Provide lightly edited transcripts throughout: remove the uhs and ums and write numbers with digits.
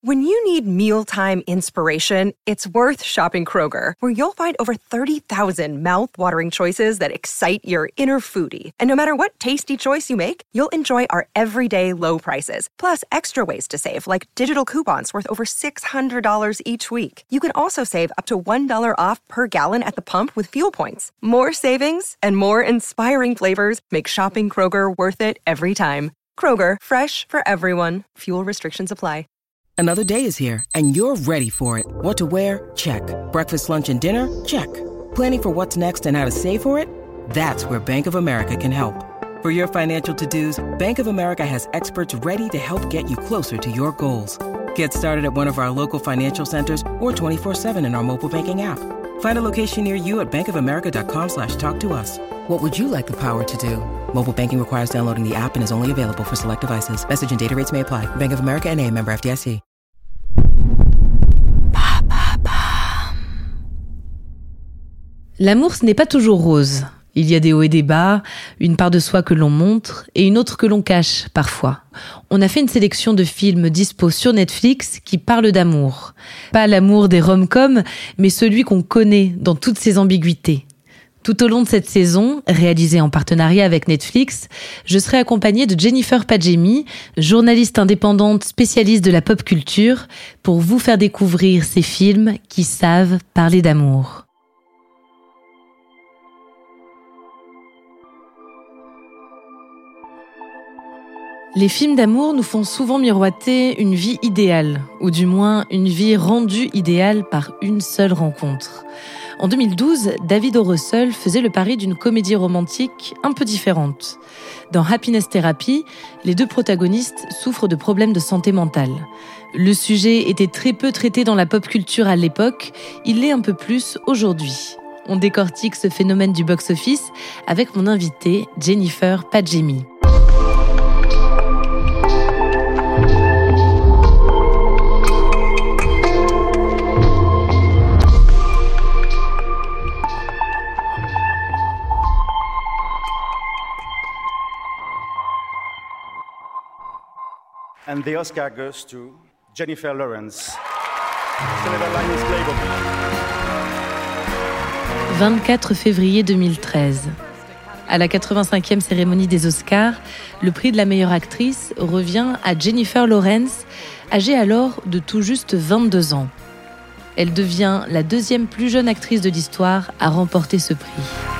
When you need mealtime inspiration, it's worth shopping Kroger, where you'll find over 30,000 mouth-watering choices that excite your inner foodie. And no matter what tasty choice you make, you'll enjoy our everyday low prices, plus extra ways to save, like digital coupons worth over $600 each week. You can also save up to $1 off per gallon at the pump with fuel points. More savings and more inspiring flavors make shopping Kroger worth it every time. Kroger, fresh for everyone. Fuel restrictions apply. Another day is here, and you're ready for it. What to wear? Check. Breakfast, lunch, and dinner? Check. Planning for what's next and how to save for it? That's where Bank of America can help. For your financial to-dos, Bank of America has experts ready to help get you closer to your goals. Get started at one of our local financial centers or 24/7 in our mobile banking app. Find a location near you at bankofamerica.com/talktous. What would you like the power to do? Mobile banking requires downloading the app and is only available for select devices. Message and data rates may apply. Bank of America N.A., member FDIC. L'amour, ce n'est pas toujours rose. Il y a des hauts et des bas, une part de soi que l'on montre et une autre que l'on cache parfois. On a fait une sélection de films dispo sur Netflix qui parlent d'amour. Pas l'amour des rom-coms, mais celui qu'on connaît dans toutes ses ambiguïtés. Tout au long de cette saison, réalisée en partenariat avec Netflix, je serai accompagnée de Jennifer Padjemi, journaliste indépendante spécialiste de la pop culture, pour vous faire découvrir ces films qui savent parler d'amour. Les films d'amour nous font souvent miroiter une vie idéale, ou du moins une vie rendue idéale par une seule rencontre. En 2012, David O. Russell faisait le pari d'une comédie romantique un peu différente. Dans Happiness Therapy, les deux protagonistes souffrent de problèmes de santé mentale. Le sujet était très peu traité dans la pop culture à l'époque, il l'est un peu plus aujourd'hui. On décortique ce phénomène du box-office avec mon invitée Jennifer Padjemi. And the Oscar goes to Jennifer Lawrence. Silver Linings Playbook. 24 février 2013. À la 85e cérémonie des Oscars, le prix de la meilleure actrice revient à Jennifer Lawrence, âgée alors de tout juste 22 ans. Elle devient la deuxième plus jeune actrice de l'histoire à remporter ce prix.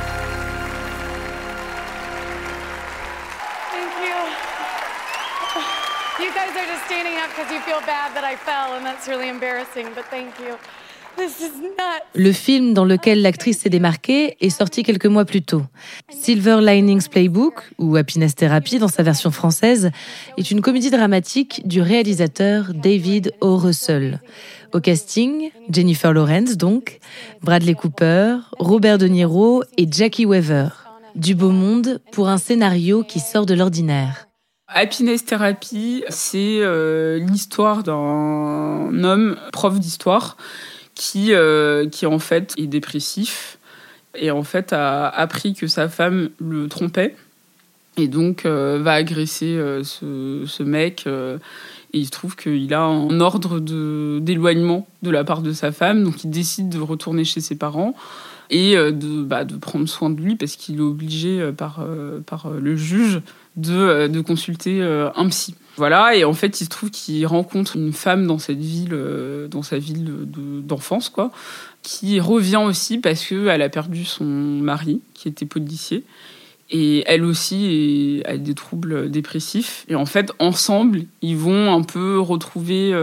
Le film dans lequel l'actrice s'est démarquée est sorti quelques mois plus tôt. Silver Linings Playbook, ou Happiness Therapy dans sa version française, est une comédie dramatique du réalisateur David O. Russell. Au casting, Jennifer Lawrence donc, Bradley Cooper, Robert De Niro et Jackie Weaver. Du beau monde pour un scénario qui sort de l'ordinaire. Happiness Therapy, c'est l'histoire d'un homme, prof d'histoire, qui en fait est dépressif et en fait a appris que sa femme le trompait et donc va agresser ce mec et il se trouve qu'il a un ordre d'éloignement de la part de sa femme, donc il décide de retourner chez ses parents et de prendre soin de lui parce qu'il est obligé par le juge de consulter un psy. Voilà, et en fait, il se trouve qu'il rencontre une femme dans cette ville, dans sa ville d'enfance, quoi, qui revient aussi parce qu'elle a perdu son mari, qui était policier, et elle aussi a des troubles dépressifs. Et en fait, ensemble, ils vont un peu retrouver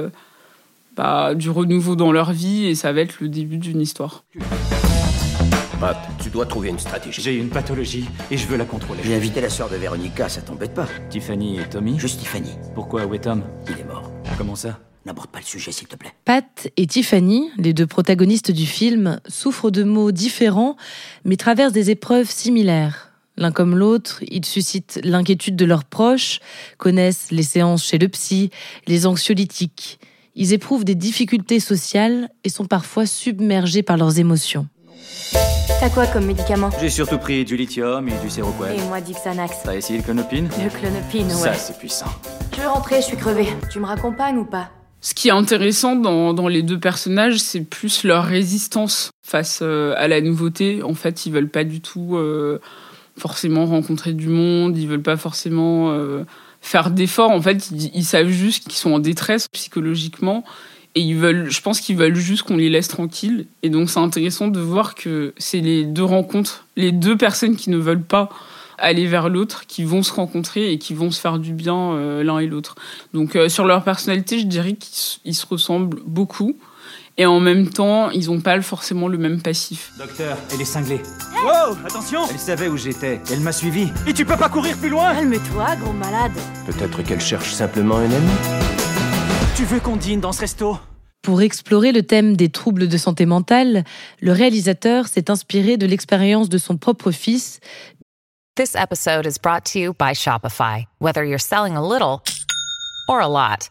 du renouveau dans leur vie, et ça va être le début d'une histoire. Pat, tu dois trouver une stratégie. J'ai une pathologie et je veux la contrôler. J'ai invité la sœur de Véronica, ça t'embête pas? Tiffany et Tommy? Juste Tiffany. Pourquoi, où est Tom? Il est mort. Comment ça? N'aborde pas le sujet, s'il te plaît. Pat et Tiffany, les deux protagonistes du film, souffrent de maux différents, mais traversent des épreuves similaires. L'un comme l'autre, ils suscitent l'inquiétude de leurs proches, connaissent les séances chez le psy, les anxiolytiques. Ils éprouvent des difficultés sociales et sont parfois submergés par leurs émotions. T'as quoi comme médicament? J'ai surtout pris du lithium et du Seroquel. Et moi, Dixanax. T'as essayé le Clonopine? Le Clonopine, ouais. Ça, c'est puissant. Je vais rentrer, je suis crevée. Tu me raccompagnes ou pas? Ce qui est intéressant dans les deux personnages, c'est plus leur résistance face à la nouveauté. En fait, ils veulent pas du tout forcément rencontrer du monde, ils veulent pas forcément faire d'efforts. En fait, ils savent juste qu'ils sont en détresse psychologiquement et je pense qu'ils veulent juste qu'on les laisse tranquilles. Et donc, c'est intéressant de voir que c'est les deux rencontres, les deux personnes qui ne veulent pas aller vers l'autre, qui vont se rencontrer et qui vont se faire du bien l'un et l'autre. Donc sur leur personnalité, je dirais qu'ils se ressemblent beaucoup. Et en même temps, ils n'ont pas forcément le même passif. Docteur, elle est cinglée. Wow, attention! Elle savait où j'étais. Elle m'a suivi. Et tu peux pas courir plus loin! Calme-toi, gros malade. Peut-être qu'elle cherche simplement un ami. Tu veux qu'on dîne dans ce resto? Pour explorer le thème des troubles de santé mentale, le réalisateur s'est inspiré de l'expérience de son propre fils. This episode is brought to you by Shopify. Whether you're selling a little or a lot,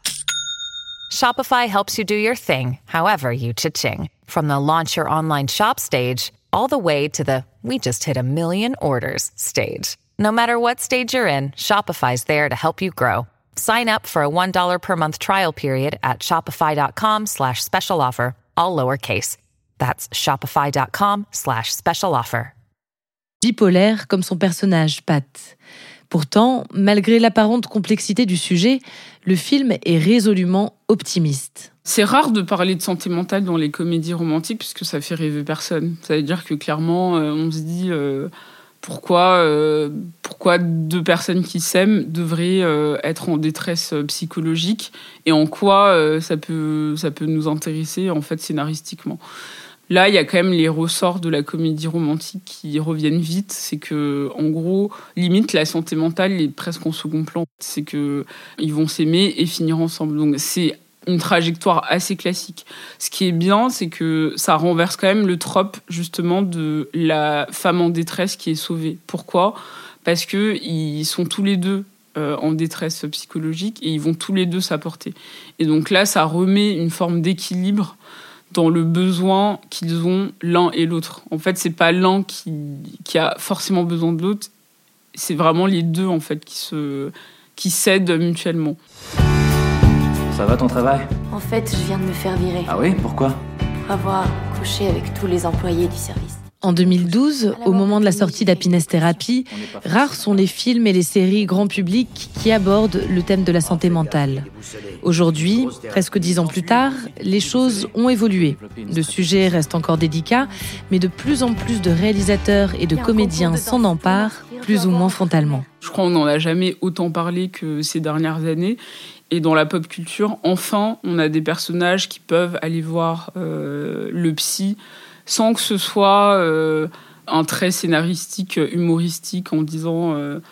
Shopify helps you do your thing, however you cha-ching. From the launch your online shop stage, all the way to the we just hit 1 million orders stage. No matter what stage you're in, Shopify's there to help you grow. Sign up for a $1 per month trial period at shopify.com/special offer, all lowercase. That's shopify.com/special offer. Bipolaire comme son personnage, Pat. Pourtant, malgré l'apparente complexité du sujet, le film est résolument optimiste. C'est rare de parler de santé mentale dans les comédies romantiques puisque ça fait rêver personne. Ça veut dire que clairement, on se dit pourquoi deux personnes qui s'aiment devraient être en détresse psychologique et en quoi ça peut nous intéresser en fait scénaristiquement. Là, il y a quand même les ressorts de la comédie romantique qui reviennent vite. C'est que, en gros, limite, la santé mentale est presque en second plan. C'est que ils vont s'aimer et finir ensemble. Donc, c'est une trajectoire assez classique. Ce qui est bien, c'est que ça renverse quand même le trope, justement, de la femme en détresse qui est sauvée. Pourquoi ? Parce qu'ils sont tous les deux en détresse psychologique et ils vont tous les deux s'apporter. Et donc là, ça remet une forme d'équilibre dans le besoin qu'ils ont l'un et l'autre. En fait, c'est pas l'un qui a forcément besoin de l'autre, c'est vraiment les deux en fait qui s'aident mutuellement. Ça va ton travail? En fait, je viens de me faire virer. Ah oui? Pourquoi? Pour avoir couché avec tous les employés du service. En 2012, au moment de la sortie d'Happiness Therapy, rares sont les films et les séries grand public qui abordent le thème de la santé mentale. Aujourd'hui, presque 10 ans plus tard, les choses ont évolué. Le sujet reste encore délicat, mais de plus en plus de réalisateurs et de comédiens s'en emparent, plus ou moins frontalement. Je crois qu'on n'en a jamais autant parlé que ces dernières années. Et dans la pop culture, enfin, on a des personnages qui peuvent aller voir le psy sans que ce soit un trait scénaristique, humoristique, en disant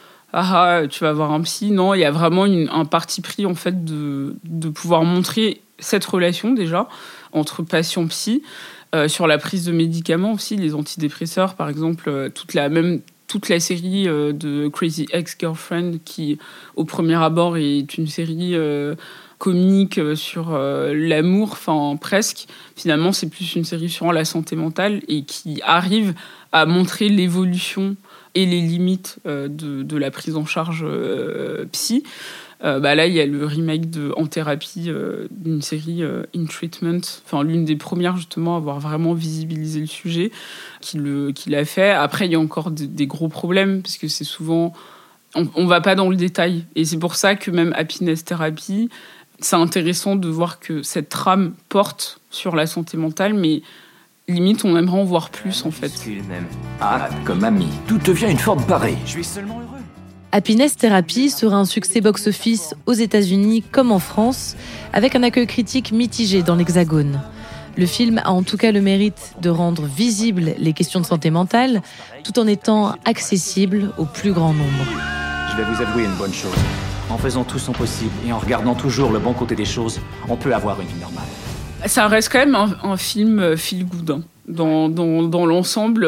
tu vas voir un psy. Non, il y a vraiment un parti pris en fait de pouvoir montrer cette relation déjà entre patient-psy, sur la prise de médicaments aussi, les antidépresseurs par exemple, toute la série de Crazy Ex-Girlfriend qui, au premier abord, est une série comique sur l'amour, enfin presque. Finalement, c'est plus une série sur la santé mentale et qui arrive à montrer l'évolution et les limites de la prise en charge psy. Là, il y a le remake de En Thérapie, d'une série In Treatment, enfin l'une des premières justement à avoir vraiment visibilisé le sujet, qui l'a fait. Après, il y a encore des gros problèmes parce que c'est souvent on va pas dans le détail et c'est pour ça que même Happiness Therapy, c'est intéressant de voir que cette trame porte sur la santé mentale, mais limite on aimerait en voir plus en fait. Ah, comme ami. Tout devient une forme pareille. Je suis seulement heureux. Happiness Therapy sera un succès box-office aux États-Unis comme en France, avec un accueil critique mitigé dans l'Hexagone. Le film a en tout cas le mérite de rendre visibles les questions de santé mentale, tout en étant accessible au plus grand nombre. Je vais vous avouer une bonne chose. En faisant tout son possible et en regardant toujours le bon côté des choses, on peut avoir une vie normale. Ça reste quand même un film feel-good. Hein. Dans l'ensemble,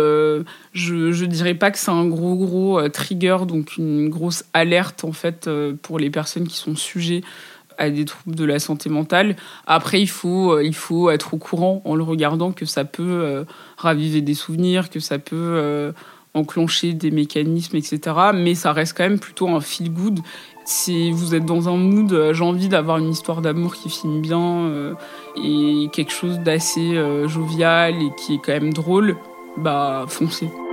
je dirais pas que c'est un gros trigger, donc une grosse alerte en fait pour les personnes qui sont sujets à des troubles de la santé mentale. Après, il faut être au courant en le regardant que ça peut raviver des souvenirs, que ça peut enclencher des mécanismes, etc. Mais ça reste quand même plutôt un feel-good. Si vous êtes dans un mood, j'ai envie d'avoir une histoire d'amour qui finit bien et quelque chose d'assez jovial et qui est quand même drôle, bah foncez.